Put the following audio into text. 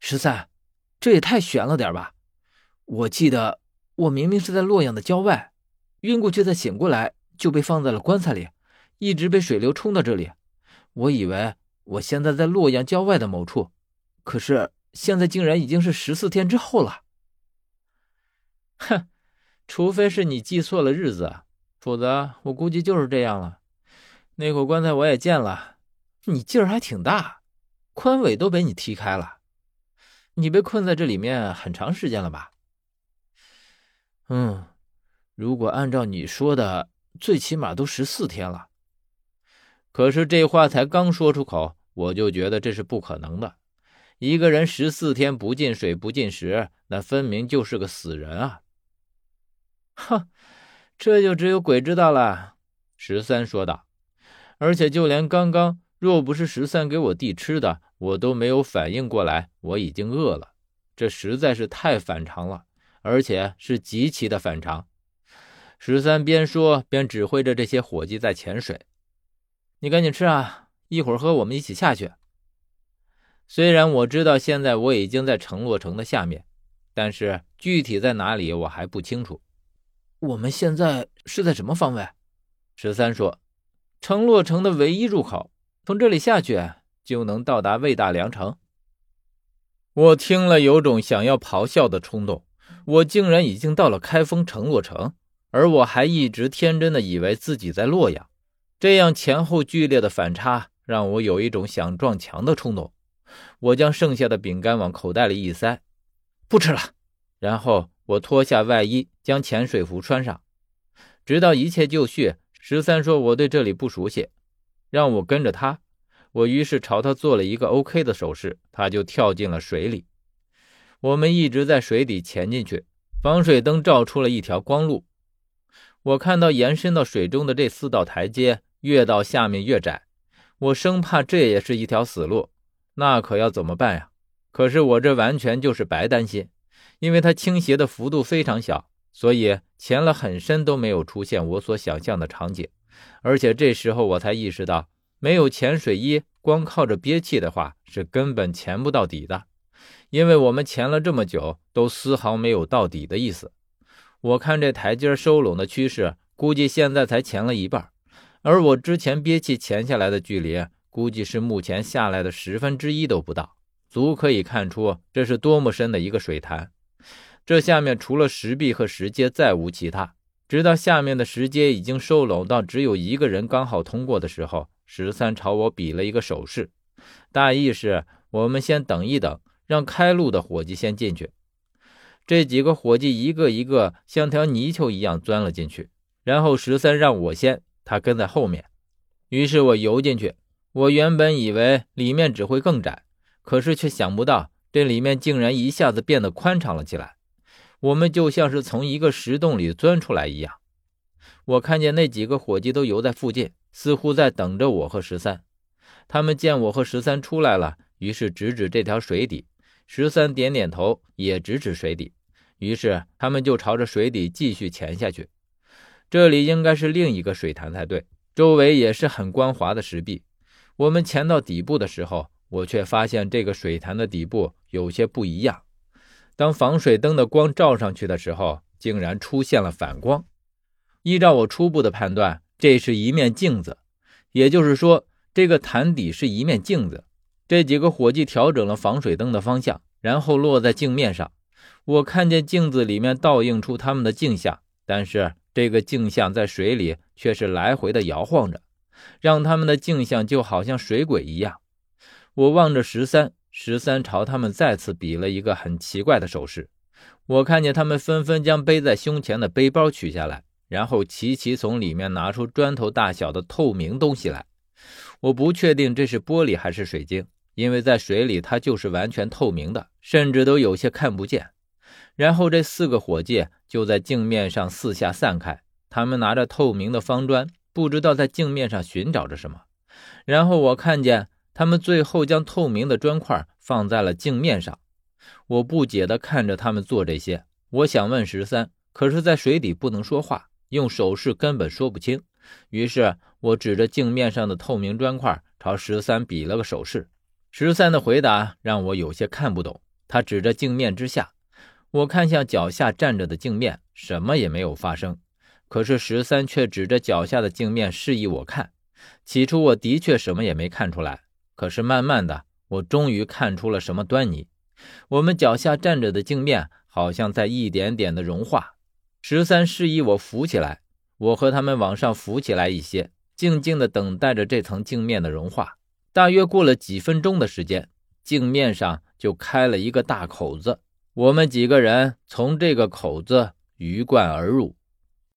13，这也太悬了点吧？我记得我明明是在洛阳的郊外，晕过去再醒过来，就被放在了棺材里，一直被水流冲到这里。我以为我现在在洛阳郊外的某处，可是现在竟然已经是14天之后了。哼，除非是你记错了日子，否则我估计就是这样了。那口棺材我也见了，你劲儿还挺大，宽尾都被你踢开了。你被困在这里面很长时间了吧？如果按照你说的，最起码都14天了。可是这话才刚说出口，我就觉得这是不可能的。一个人14天不进水不进食，那分明就是个死人啊！哼，这就只有鬼知道了。13说道。而且就连刚刚若不是13给我递吃的，我都没有反应过来我已经饿了。这实在是太反常了，而且是极其的反常。13边说边指挥着这些伙计在潜水。你赶紧吃啊，一会儿和我们一起下去。虽然我知道现在我已经在城洛城的下面，但是具体在哪里我还不清楚。我们现在是在什么方位？13说，城洛城的唯一入口，从这里下去就能到达魏大梁城。我听了有种想要咆哮的冲动，我竟然已经到了开封城洛城，而我还一直天真的以为自己在洛阳。这样前后剧烈的反差让我有一种想撞墙的冲动。我将剩下的饼干往口袋里一塞，不吃了。然后我脱下外衣，将潜水服穿上。直到一切就绪，13说我对这里不熟悉，让我跟着他。我于是朝他做了一个 OK 的手势，他就跳进了水里。我们一直在水底潜进去，防水灯照出了一条光路。我看到延伸到水中的这4道台阶越到下面越窄，我生怕这也是一条死路，那可要怎么办呀？可是我这完全就是白担心，因为它倾斜的幅度非常小，所以潜了很深都没有出现我所想象的场景。而且这时候我才意识到，没有潜水衣，光靠着憋气的话是根本潜不到底的，因为我们潜了这么久都丝毫没有到底的意思。我看这台阶收拢的趋势，估计现在才潜了一半，而我之前憋气潜下来的距离估计是目前下来的1/10都不到，足可以看出这是多么深的一个水潭。这下面除了石壁和石阶再无其他，直到下面的石阶已经收拢到只有一个人刚好通过的时候，13朝我比了一个手势，大意是我们先等一等，让开路的伙计先进去。这几个伙计一个一个像条泥鳅一样钻了进去，然后13让我先，他跟在后面。于是我游进去，我原本以为里面只会更窄，可是却想不到这里面竟然一下子变得宽敞了起来。我们就像是从一个石洞里钻出来一样。我看见那几个伙计都游在附近，似乎在等着我和13。他们见我和13出来了，于是指指这条水底，13点点头，也指指水底。于是他们就朝着水底继续潜下去。这里应该是另一个水潭才对，周围也是很光滑的石壁。我们潜到底部的时候，我却发现这个水潭的底部有些不一样。当防水灯的光照上去的时候，竟然出现了反光。依照我初步的判断，这是一面镜子，也就是说这个潭底是一面镜子。这几个伙计调整了防水灯的方向，然后落在镜面上。我看见镜子里面倒映出他们的镜像，但是这个镜像在水里却是来回的摇晃着，让他们的镜像就好像水鬼一样。我望着13朝他们再次比了一个很奇怪的手势。我看见他们纷纷将背在胸前的背包取下来，然后齐齐从里面拿出砖头大小的透明东西来。我不确定这是玻璃还是水晶，因为在水里它就是完全透明的，甚至都有些看不见。然后这4个伙计就在镜面上四下散开，他们拿着透明的方砖，不知道在镜面上寻找着什么。然后我看见他们最后将透明的砖块放在了镜面上。我不解地看着他们做这些，我想问13，可是在水底不能说话，用手势根本说不清。于是我指着镜面上的透明砖块朝13比了个手势。13的回答让我有些看不懂， 他指着镜面之下，我看向脚下站着的镜面，什么也没有发生。可是13却指着脚下的镜面示意我看。起初我的确什么也没看出来，可是慢慢的，我终于看出了什么端倪。我们脚下站着的镜面好像在一点点的融化。13示意我浮起来，我和他们往上浮起来一些，静静地等待着这层镜面的融化。大约过了几分钟的时间，镜面上就开了一个大口子，我们几个人从这个口子鱼贯而入。